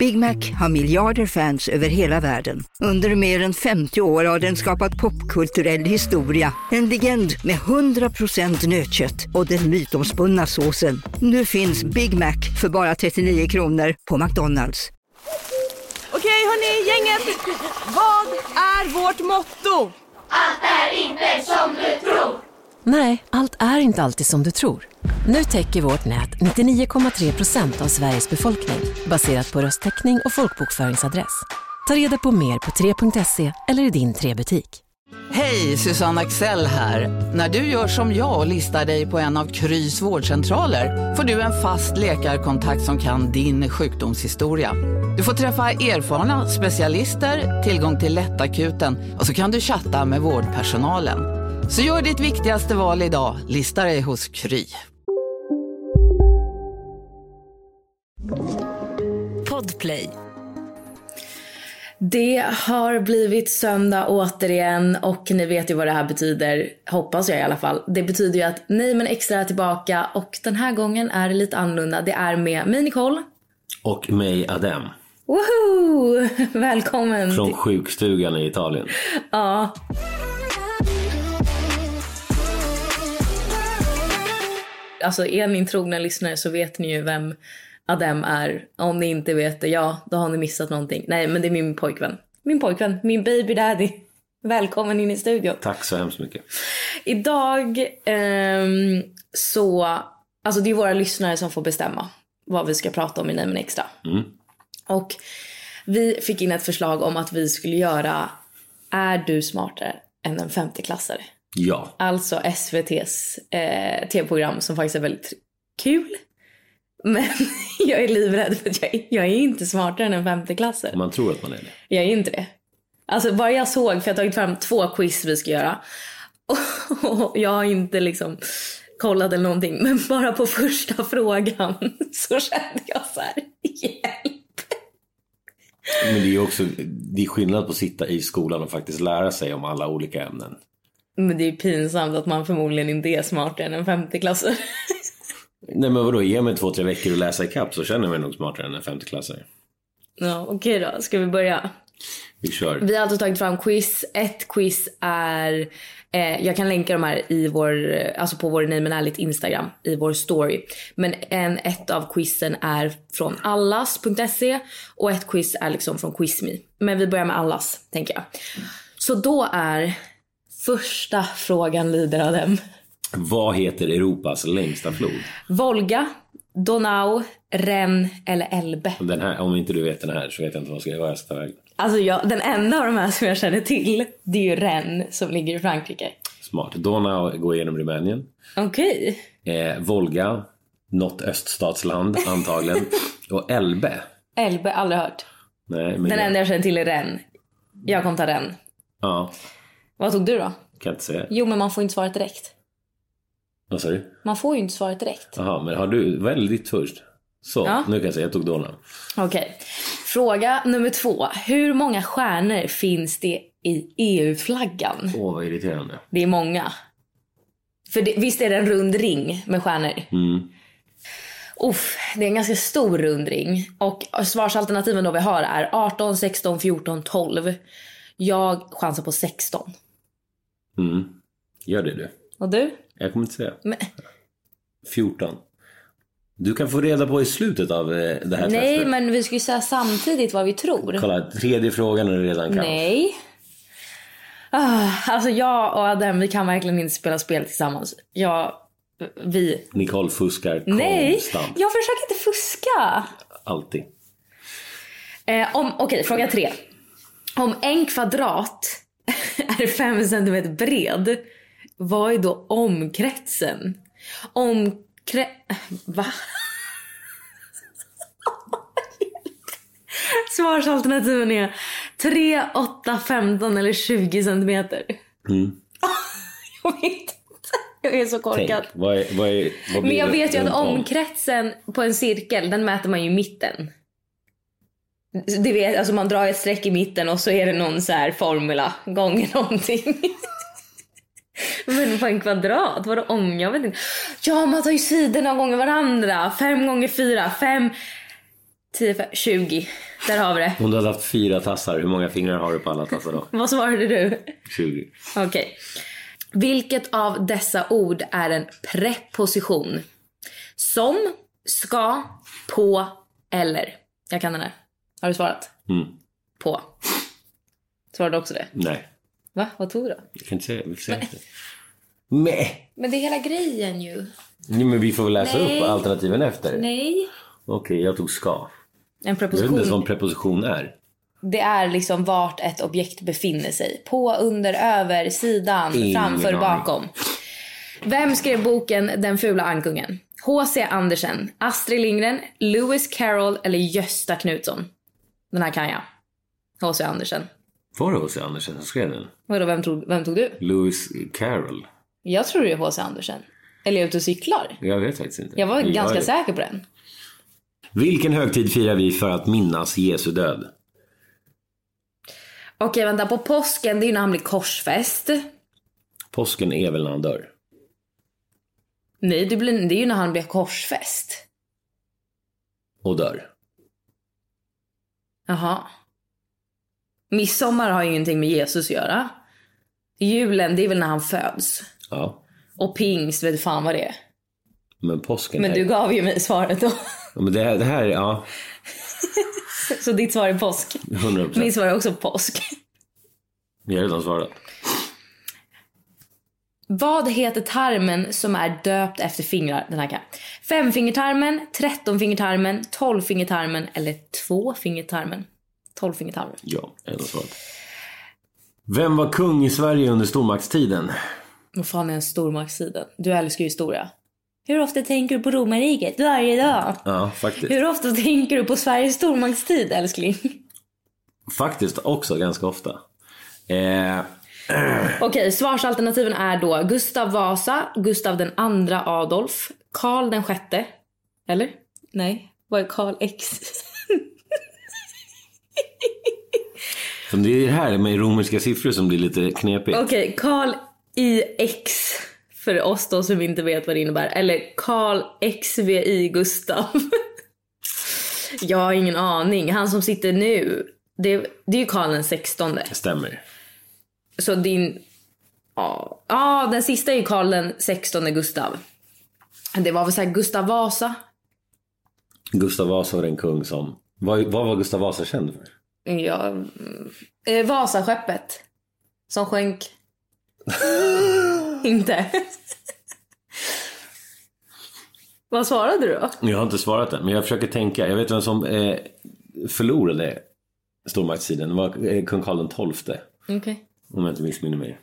Big Mac har miljarder fans över hela världen. Under mer än 50 år har den skapat popkulturell historia. En legend med 100% nötkött och den mytomspunna såsen. Nu finns Big Mac för bara 39 kronor på McDonald's. Okej hörni, gänget. Vad är vårt motto? Allt är inte som du tror. Nej, allt är inte alltid som du tror. Nu täcker vårt nät 99,3% av Sveriges befolkning baserat på röstteckning och folkbokföringsadress. Ta reda på mer på 3.se eller i din 3-butik. Hej, Susanne Axel här. När du gör som jag och listar dig på en av Krys vårdcentraler får du en fast läkarkontakt som kan din sjukdomshistoria. Du får träffa erfarna specialister, tillgång till lättakuten och så kan du chatta med vårdpersonalen. Så gör ditt viktigaste val idag, lista dig hos Kry. Podplay. Det har blivit söndag återigen och ni vet ju vad det här betyder, hoppas jag i alla fall. Det betyder ju att Nej men extra är tillbaka och den här gången är det lite annorlunda. Det är med mig Nicole. Och mig Adem. Woho! Välkommen. Från sjukstugan i Italien. Ja. Alltså är ni trogna lyssnare så vet ni ju vem Adem är. Om ni inte vet det, ja, då har ni missat någonting. Nej, men det är min pojkvän. Min baby daddy. Välkommen in i studion. Tack så hemskt mycket. Idag så, alltså det är våra lyssnare som får bestämma vad vi ska prata om i Nej men extra. Och vi fick in ett förslag om att vi skulle göra Är du smartare än en 50-klassare? Ja. Alltså SVT:s tv-program som faktiskt är väldigt kul. Men jag är livrädd för att jag är inte smartare än en 50-klassare. Man tror att man är det. Jag är inte det. Alltså bara jag såg, för jag har tagit fram 2 quiz vi ska göra. Och jag har inte liksom kollat eller någonting. Men bara på första frågan så kände jag så här, hjälp. Men det är ju också, det är skillnad på att sitta i skolan och faktiskt lära sig om alla olika ämnen. Men det är pinsamt att man förmodligen inte är smartare än en 50-klassare. Nej men vadå, ge mig 2-3 veckor och läsa ikapp så känner jag mig nog smartare än en 50-klassare. Ja, okej då. Ska vi börja? Vi kör. Vi har alltså tagit fram quiz. Ett quiz är... jag kan länka de här i alltså på vår Nej men ärligt Instagram, i vår story. Men ett av quizen är från allas.se och ett quiz är liksom från Quizme. Men vi börjar med allas, tänker jag. Så då är första frågan lyder av dem. Vad heter Europas längsta flod? Volga, Donau, Ren eller Elbe? Den här, om inte du vet den här så vet jag inte vad jag ska ta väg. Alltså den enda av de här som jag känner till, det är ju Ren som ligger i Frankrike. Smart. Donau går genom Rumänien. Okej. Volga, något öststatsland antagligen. Och Elbe. Elbe, aldrig hört. Nej, men den enda jag känner till är Ren. Jag kommer ta Ren. Ja. Vad tog du då? Kan inte säga. Jo, men man får inte svaret direkt. Vad sa du? Man får ju inte svaret direkt. Jaha, men har du väldigt först? Så, ja. Nu kan jag säga, jag tog Donau. Okej. Fråga nummer 2. Hur många stjärnor finns det i EU-flaggan? Vad irriterande. Det är många. För visst är det en rund ring med stjärnor? Det är en ganska stor rund ring. Och svarsalternativen då vi har är 18, 16, 14, 12. Jag chansar på 16. Gör det du. Och du? Jag kommer inte säga. Men... 14. Du kan få reda på i slutet av det här. Nej, testet. men vi ska ju säga samtidigt vad vi tror. Kolla, tredje frågan är det redan kan. Nej. Alltså jag och Adam, vi kan verkligen inte spela spel tillsammans. Nicole fuskar konstant. Nej, jag försöker inte fuska. Alltid. Okej, fråga 3. Om en kvadrat är 5 cm bred, vad är då omkretsen? Va? Svarsalternativen är 3, 8, 15 eller 20 centimeter. Jag vet inte. Jag är så korkad. Tänk, vad men jag vet ju att omkretsen på en cirkel, den mäter man ju i mitten. Det vet, alltså man drar ett streck i mitten och så är det någon så här formula gånger någonting. Men på en kvadrat, vadå om? Jag vet inte. Ja, man tar ju sidorna gånger varandra. 5 gånger 4, 5, 10, 20. Där har vi det. Om du hade haft 4 tassar, hur många fingrar har du på alla tassar då? Vad svarade du? 20. Okej. Vilket av dessa ord är en preposition? Som, ska, på eller? Jag kan den här. Har du svarat? På. Svarade du också det? Nej. Va? Vad tog du då? Jag kan inte säga. Vi får se. Nej. Men det är hela grejen ju. Nej, men vi får väl läsa upp alternativen efter. Nej. Okej, jag tog ska. En Jag vet preposition. inte ens vad en preposition är. Det är liksom vart ett objekt befinner sig. På, under, över, sidan, framför, bakom. Vem skrev boken Den fula ankungen? H.C. Andersen, Astrid Lindgren, Lewis Carroll eller Gösta Knutsson? Den här kan jag. H.C. Andersen. Var det H.C. Andersen som skrev den? Vadå, vem tog du? Lewis Carroll. Jag tror det är H.C. Andersen. Eller är jag ute och cyklar? Jag vet faktiskt inte. Jag var ganska säker på den. Vilken högtid firar vi för att minnas Jesu död? Okej, vänta. På påsken, det är ju när han blir korsfäst. Påsken är väl när han dör? Nej, det är ju när han blir korsfäst. Och dör. Jaha. Midsommar har ju ingenting med Jesus att göra. Julen, det är väl när han föds. Ja. Och pingst, vet du fan vad det är. Men påsken Men är... du gav ju mig svaret då. Ja, men det här är... Ja. Så ditt svar är påsk. 100%. Min svar är också påsk. Jag har redan svarat. Vad heter tarmen som är döpt efter fingrar? Den här kan. 5-fingertarmen, 13-fingertarmen, 12-fingertarmen eller 2-fingertarmen? 12-fingertarmen. Ja, jag har redan svarat. Vem var kung i Sverige under stormaktstiden? Vad fan är en stormaktstiden? Du älskar ju historia. Hur ofta tänker du på romarriket? Varje dag. Ja, faktiskt. Hur ofta tänker du på Sveriges stormaktstid, älskling? Faktiskt också ganska ofta. Okej, svarsalternativen är då Gustav Vasa, Gustav den andra Adolf, Karl den sjätte. Eller? Nej, vad är Karl X? Som det är det här med romerska siffror som blir lite knepigt. Okej, Karl IX för oss då som inte vet vad det innebär. Eller Karl XVI Gustav. Jag har ingen aning. Han som sitter nu, det är ju Karl den 16. Stämmer. Så din... Ja, den sista är ju Karl den 16 Gustav. Det var väl så här Gustav Vasa. Gustav Vasa var en kung som... Vad var Gustav Vasa känd för? Ja, Vasaskeppet som sjönk. Inte. Vad svarade du då? Jag har inte svarat än, men jag försöker tänka. Jag vet vem som förlorade stormaktstiden. Det var kung Karl den 12. Okej. Om jag inte missminner mig.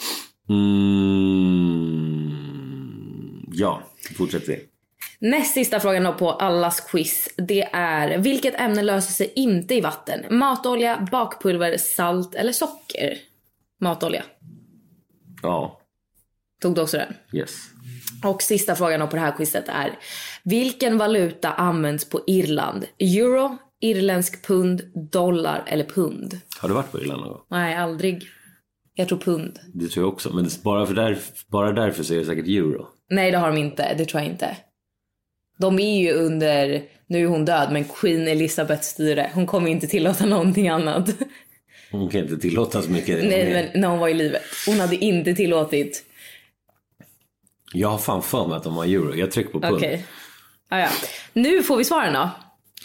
Ja, fortsätter vi. Näst sista frågan då på allas quiz. Det är: vilket ämne löser sig inte i vatten? Matolja, bakpulver, salt eller socker? Matolja. Ja. Tog du också den? Yes. Och sista frågan då på det här quizet är: vilken valuta används på Irland? Euro, irländsk pund, dollar eller pund? Har du varit på Irland någon gång? Nej, aldrig. Jag tror pund. Det tror jag också, men bara därför så är det säkert euro. Nej, det har de inte. Det tror jag inte. De är ju under... Nu är hon död, men Queen Elizabeth styre. Hon kommer inte tillåta någonting annat. Hon kan inte tillåta så mycket. Nej, men när hon var i livet. Hon hade inte tillåtit. Jag har fan för mig att de har euro. Jag trycker på pund. Okej. Ja. Nu får vi svaren då.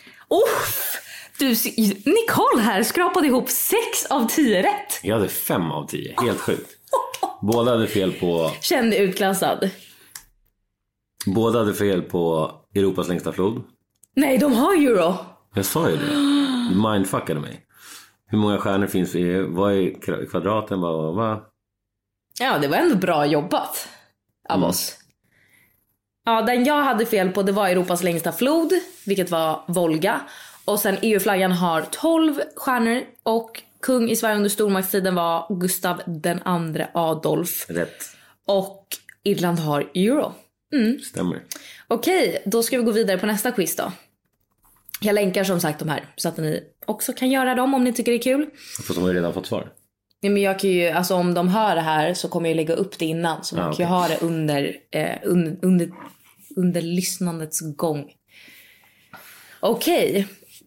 Nicole här skrapade ihop 6 av 10 rätt. Jag hade 5 av 10. Helt sjukt. Båda hade fel på... Kände utklassad. Båda hade fel på Europas längsta flod. Nej, de har euro. Jag sa ju det. Du mindfuckade mig. Hur många stjärnor finns det? Vad är kvadraten? Vad? Ja, det var ändå bra jobbat av oss. Ja, den jag hade fel på, det var Europas längsta flod, vilket var Volga. Och sen EU-flaggan har 12 stjärnor. Och kung i Sverige under stormaktstiden var Gustav den andra Adolf. Rätt. Och Irland har euro. Stämmer. Okej, då ska vi gå vidare på nästa quiz då. Jag länkar som sagt de här så att ni också kan göra dem om ni tycker det är kul. För de har ju redan fått svar. Nej, men jag kan ju, alltså om de hör det här så kommer jag lägga upp det innan. Så man kan ju ha det under lyssnandets gång. Okej,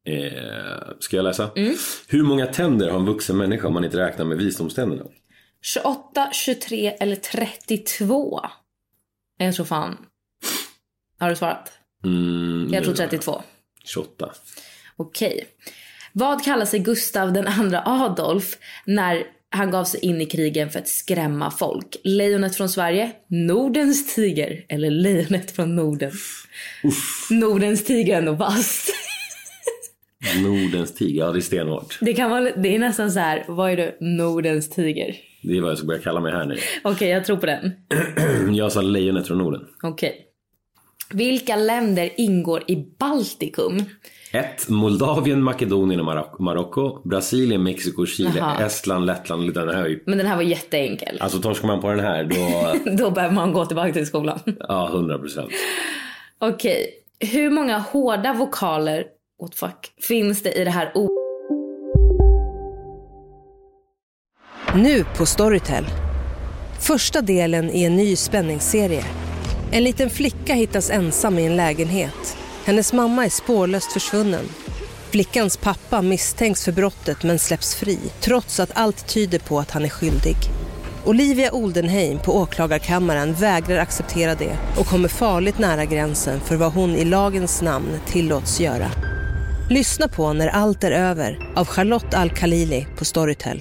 Ska jag läsa? Hur många tänder har en vuxen människa om man inte räknar med visdomständerna? 28, 23 eller 32? Jag tror fan. Har du svarat? Jag tror 32. 28. Okej. Vad kallar sig Gustav den andra Adolf när han gav sig in i krigen för att skrämma folk? Lejonet från Sverige, Nordens tiger eller lejonet från Norden? Nordens tiger är ändå vass. Nordens tiger, ja det är stenhårt. Det är nästan så här, vad är du? Nordens tiger. Det är vad jag ska börja kalla mig här nu. Okej, jag tror på den. Jag sa lejonet från Norden. Okej. Vilka länder ingår i Baltikum? 1. Moldavien, Makedonien och Marocko. Brasilien, Mexiko, Chile, Jaha. Estland, Lettland. Den här. Men den här var jätteenkel. Alltså torskar man på den här då... Då behöver man gå tillbaka till skolan. Ja, 100%. Okej. Hur många hårda vokaler finns det i det här ordet? Nu på Storytel. Första delen i en ny spänningsserie. En liten flicka hittas ensam i en lägenhet. Hennes mamma är spårlöst försvunnen. Flickans pappa misstänks för brottet men släpps fri, trots att allt tyder på att han är skyldig. Olivia Oldenheim på åklagarkammaren vägrar acceptera det och kommer farligt nära gränsen för vad hon i lagens namn tillåts göra. Lyssna på När allt är över av Charlotte Al-Khalili på Storytel.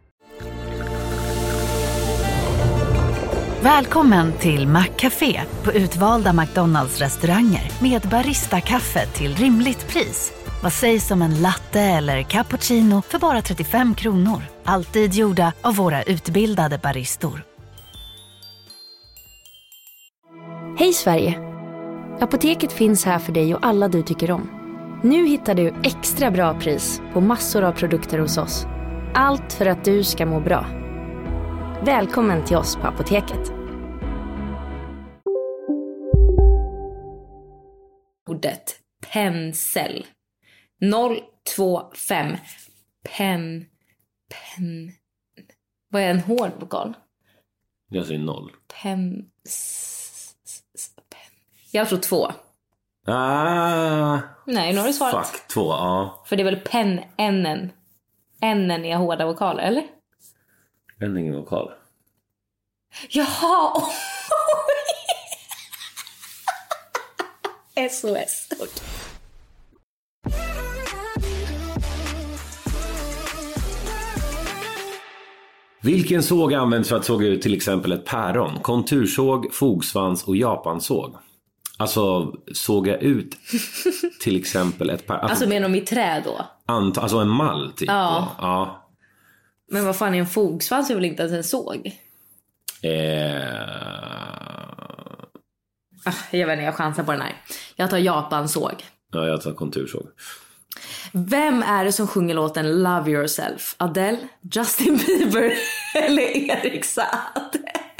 Välkommen till McCafé på utvalda McDonalds-restauranger med barista-kaffe till rimligt pris. Vad sägs om en latte eller cappuccino för bara 35 kronor? Alltid gjorda av våra utbildade baristor. Hej Sverige! Apoteket finns här för dig och alla du tycker om. Nu hittar du extra bra pris på massor av produkter hos oss. Allt för att du ska må bra. Välkommen till oss på Apoteket. Ordet pensel. 025 pen. Vad är en hård vokal? Jag säger 0. Jag tror 2. Nej, nu har du svarat. Fuck, 2, ja. För det är väl pen-ännen. Ännen är hårda vokaler, eller? En ingen vokal. Jaha! SOS. Okay. Vilken såg används för att såga ut till exempel ett päron? Kontursåg, fogsvans och japansåg. Alltså såga ut till exempel ett päron. Alltså menar de i trä då? Alltså en mall typ. Ja. Ja. Men vad fan är en fogsvans? Är väl inte ens en såg? Jag vet inte, jag chansar på den här. Jag tar japansåg. Ja, jag tar kontursåg. Vem är det som sjunger låten Love Yourself? Adele, Justin Bieber eller Erik Saade?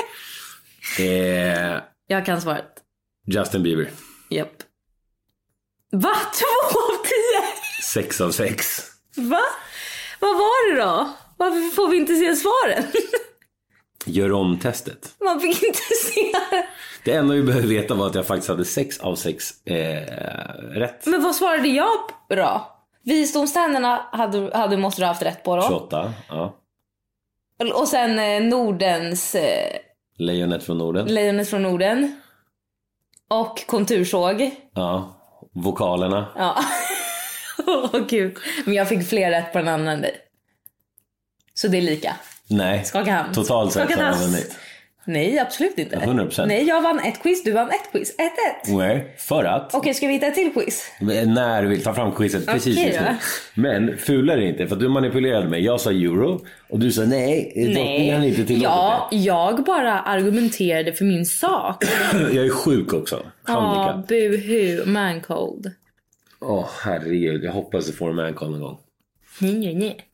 Jag kan svara. Justin Bieber. Japp. Va? 2 av 10? 6 av 6. Va? Vad var det då? Varför får vi inte se svaren? Gör om testet. Man fick inte se. Det enda vi behöver veta var att jag faktiskt hade 6 av 6 rätt. Men vad svarade jag då? Visdomständerna måste du ha haft rätt på då. 28, ja. Och sen Nordens... Lejonet från Norden. Lejonet från Norden. Och kontursåg. Ja, vokalerna. Ja. Gud. Men jag fick fler rätt på den andra än dig. Så det är lika. Nej, skaka hand. Totalt sett har jag vunnit. Nej, absolut inte. 100%. Nej, jag vann ett quiz, du vann ett quiz. 1-1. Nej, för att... Okej, ska vi hitta ett till quiz? När du vill ta fram quizet precis just nu. Men fulare inte, för att du manipulerade mig. Jag sa euro och du sa nej. Nej, inte till jag bara argumenterade för min sak. Jag är sjuk också. Ja, buhu, mancold. Herregud, jag hoppas du får en mancold någon gång. Nej.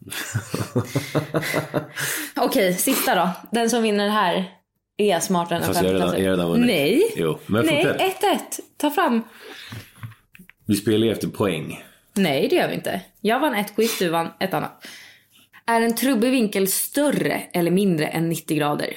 Okej, sista då. Den som vinner här är smartare än fast jag redan vunnit. Nej. Jo, men nej, 1-1. Ta fram. Vi spelar efter poäng. Nej, det gör vi inte. Jag vann ett quiz, du vann ett annat. Är en trubbig vinkel större eller mindre än 90 grader?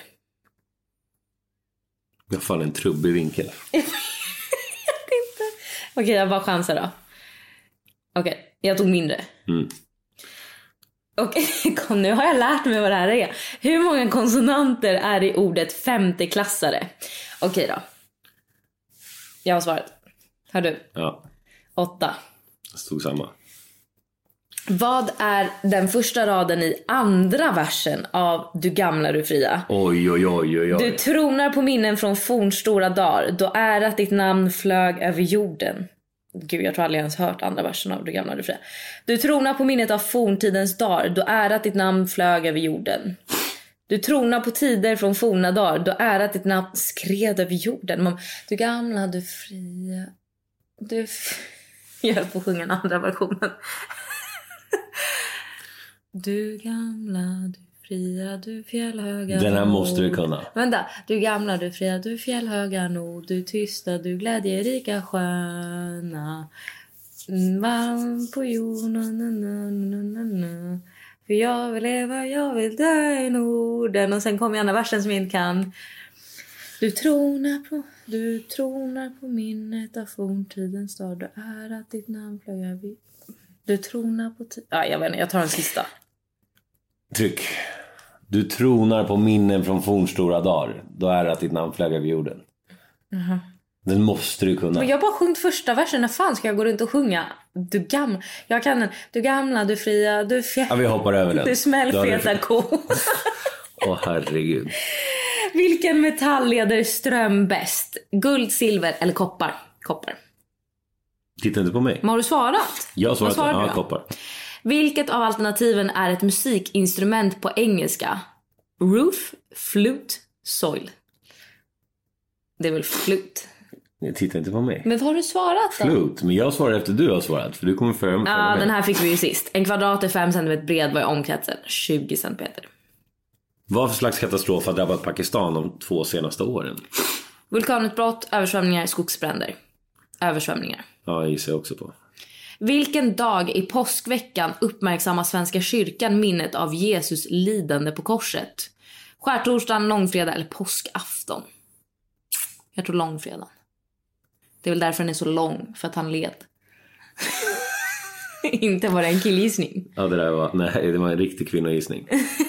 Jag fann en trubbig vinkel. Jag vet inte. Okej, jag bara chansar då. Okej. Jag tog mindre. Mm. Och nu har jag lärt mig vad det här är. Hur många konsonanter är det i ordet femteklassare? Okej då. Jag har svarat. Har du? Ja. 8. Det stod samma. Vad är den första raden i andra versen av Du gamla, du fria? Oj. Du tronar på minnen från fornstora dagar, då är att ditt namn flög över jorden. Gud, jag tror aldrig ens hört andra versen av Du gamla, du fria. Du tronar på minnet av forntidens dagar, då är att ditt namn flög över jorden. Du tronar på tider från forna dagar, då är att ditt namn skred över jorden. Du gamla, du fria. Jag höll på att sjunga den andra versionen. Du gamla, du fria, du fjällhöga. Den här måste du kunna. Vänta, du gamla, du fria, du fjällhöga nord, du tysta, du glädjerika sköna. Varm på jorden, för jag vill leva, jag vill dö i Norden. Och sen kommer andra versen som jag inte kan. Du tronar på minnet av forntidens dag, du är att ditt namn flög över. Du tronar på jag vet inte, jag tar en sista. Tryck. Du tronar på minnen från fornstora dagar, då är att ditt namn flög över jorden. Den måste du kunna. Men jag har bara sjungit första versen. När fan ska jag gå runt och sjunga? Jag kan den. Du gamla, du fria, du fjäll. Ja, vi hoppar över den. Du smällfeta ko. Herregud. Vilken metall leder ström bäst? Guld, silver eller koppar? Koppar. Titta inte på mig. Men har du svarat? Jag har svarat. Ja, koppar. Vilket av alternativen är ett musikinstrument på engelska? Roof, flute, soil. Det är väl flute. Titta inte på mig. Men vad har du svarat då? Flute, men jag svarar efter du har svarat. För du kommer före mig. Ja, den här fick vi ju sist. En kvadrat är 5 cm bred, var i omkretsen 20 cm. Vad för slags katastrof har drabbat Pakistan de 2 senaste åren? Vulkanutbrott, översvämningar, skogsbränder. Översvämningar. Ja, jag gissar också på. Vilken dag i påskveckan uppmärksammar Svenska kyrkan minnet av Jesus lidande på korset? Skärtorsdagen, långfredag eller påskafton? Jag tror långfredag. Det är väl därför den är så lång, för att han led. Inte var det en killgissning. Ja, det var en riktig kvinnogissning.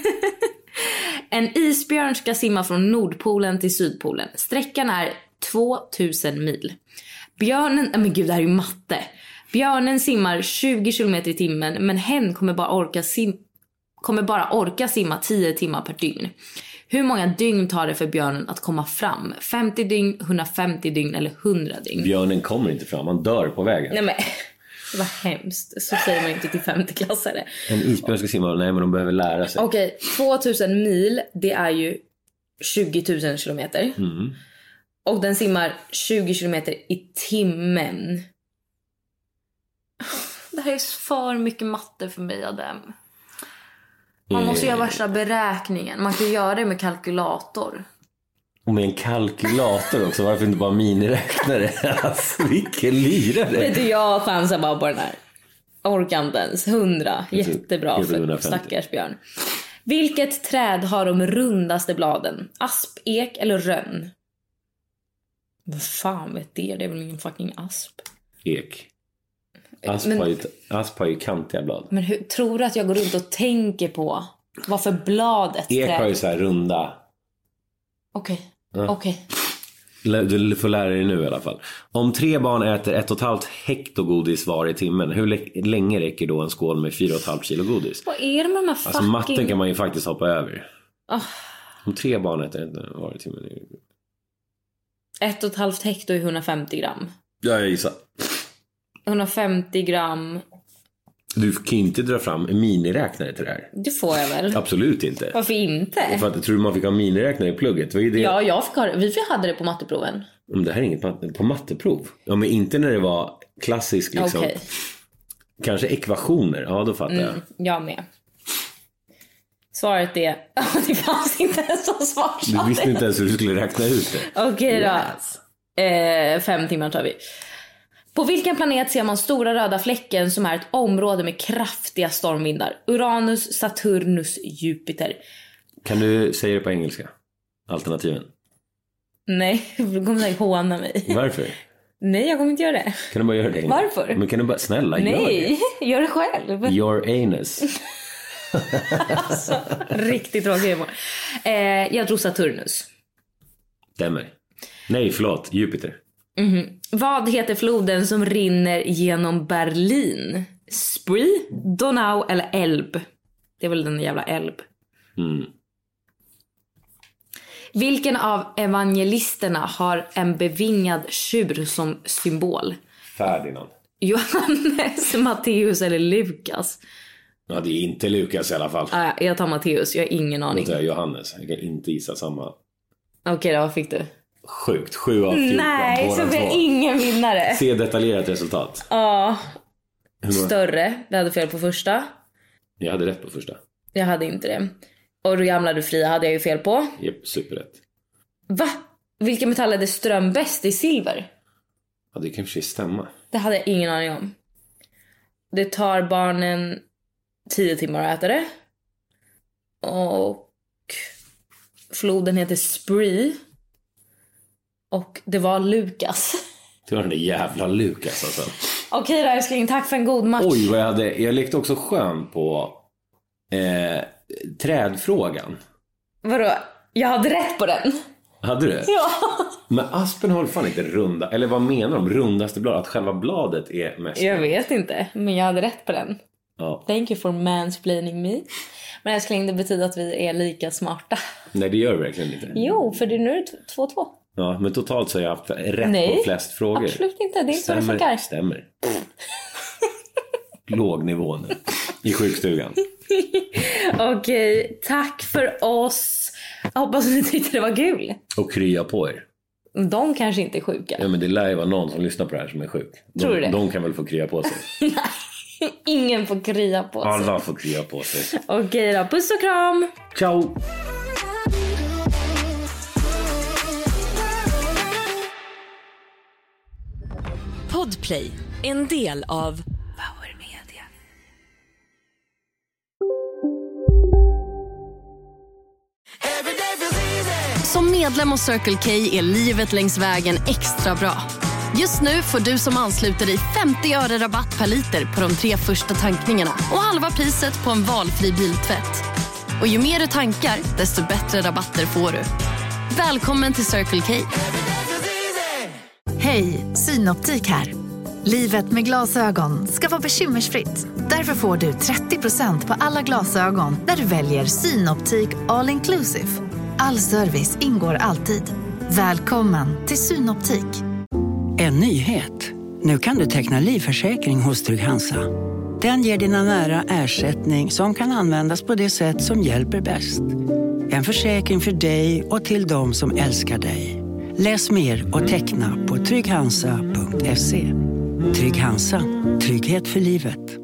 En isbjörn ska simma från Nordpolen till Sydpolen. Sträckan är 2000 mil. Björnen, men gud, det här är ju matte. Björnen simmar 20 km i timmen, men hen kommer bara orka simma 10 timmar per dygn. Hur många dygn tar det för björnen att komma fram? 50 dygn, 150 dygn eller 100 dygn? Björnen kommer inte fram, han dör på vägen. Nej, men det var hemskt. Så säger man inte till 50-klassare. En isbjörn ska simma, nej, men de behöver lära sig. Okej, 2000 mil, det är ju 20 000 kilometer. Mm. Och den simmar 20 kilometer i timmen. Det här är för mycket matte för mig, Adem. Man måste göra värsta beräkningen. Man kan göra det med kalkylator. Och med en kalkylator också. Varför inte bara miniräknare? Alltså, vilken lirare. Vet du, jag chansar bara på den här. Orkar inte ens. 100. Jättebra för stackars björn. Vilket träd har de rundaste bladen? Asp, ek eller rönn? Vad fan vet det? Det är väl ingen fucking asp. Ek. Asp har ju kantiga blad. Men hur tror du att jag går runt och tänker på vad för bladet? Ek har ju så här runda. Okej. Du får lära dig nu i alla fall. Om 3 barn äter 1,5 hekto godis var i timmen, hur länge räcker då en skål med 4,5 kilo godis? Vad är det med de här fucking... Alltså matten kan man ju faktiskt hoppa över. Om 3 barn äter var i timmen. 1,5 hekto är 150 gram. Ja, jag gissar. 150 gram. Du kan inte dra fram en miniräknare till det här. Det får jag väl. Absolut inte. Varför inte? För att tror du man fick ha miniräknare i plugget? Vad är det? Ja, jag fick ha det. Vi hade det på matteproven. Det här är inget på matteprov. Ja, men inte när det var klassisk liksom. Okej. Kanske ekvationer. Ja, då fattar jag. Jag med. Svaret är... det fanns inte ens som svar. Du visste inte ens hur du skulle räkna ut det. Okej då. 5 timmar tar vi. På vilken planet ser man stora röda fläcken som är ett område med kraftiga stormvindar? Uranus, Saturnus, Jupiter. Kan du säga det på engelska? Alternativen. Nej, du kommer säkert håna mig. Varför? Nej, jag kommer inte göra det. Kan du bara göra det? Varför? Men kan du bara, snälla, Nej, gör det själv. Your anus. Alltså, riktigt tråkig humor. Jag tror Saturnus. Stämmer. Nej, förlåt, Jupiter. Vad heter floden som rinner genom Berlin? Spree, Donau eller Elb? Det är väl den jävla Elb. Vilken av evangelisterna har en bevingad tjur som symbol? Ferdinand. Johannes, Matteus eller Lukas? Ja, det är inte Lukas i alla fall. Jag tar Matteus, jag har ingen aning. Jag tar Johannes, jag kan inte gissa samma. Okej, då, vad fick du? Sjukt, 7 av 14. Nej, så blir ingen vinnare. Se detaljerat resultat. Ja. Större, du hade fel på första. Jag hade rätt på första. Jag hade inte det. Och då gamla du fria hade jag ju fel på. Japp, superrätt. Va? Vilken metall är det ström bäst i silver? Ja, det kan för sig stämma. Det hade jag ingen aning om. Det tar barnen 10 timmar att äta det. Och floden heter Spree. Och det var Lukas. Det var den där jävla Lukas alltså. Okej då, älskling, tack för en god match. Oj, vad jag lekte också skön på trädfrågan. Vadå? Jag hade rätt på den. Hade du? Ja. Men aspen har fan inte runda. Eller vad menar de? Rundaste blad? Att själva bladet är mest. Jag vet inte, men jag hade rätt på den. Ja. Thank you for mansplaining me. Men älskling, det betyder att vi är lika smarta. Nej, det gör vi verkligen inte. Jo, för det är nu 2-2. Ja, men totalt så har jag haft rätt på flest frågor. Nej, absolut inte. Det är inte så det funkar. Stämmer. Låg nivå nu. I sjukstugan. Okej, tack för oss. Jag hoppas att ni tyckte det var kul. Och krya på er. De kanske inte är sjuka. Ja, men det lär ju vara någon som lyssnar på det här som är sjuk. Tror du det? De kan väl få krya på sig. Nej, ingen får krya på sig. Alla får krya på sig. Okej då, puss och kram. Ciao. Podplay, en del av Power Media. Som medlem hos Circle K är livet längs vägen extra bra. Just nu får du som ansluter dig 50 öre rabatt per liter på de 3 första tankningarna och halva priset på en valfri biltvätt. Och ju mer du tankar, desto bättre rabatter får du. Välkommen till Circle K. Hej, Synoptik här. Livet med glasögon ska vara bekymmersfritt. Därför får du 30% på alla glasögon när du väljer Synoptik All Inclusive. All service ingår alltid. Välkommen till Synoptik. En nyhet. Nu kan du teckna livförsäkring hos Trygg-Hansa. Den ger dina nära ersättning som kan användas på det sätt som hjälper bäst. En försäkring för dig och till de som älskar dig. Läs mer och teckna på trygghansa.se. Trygg-Hansa. Trygghet för livet.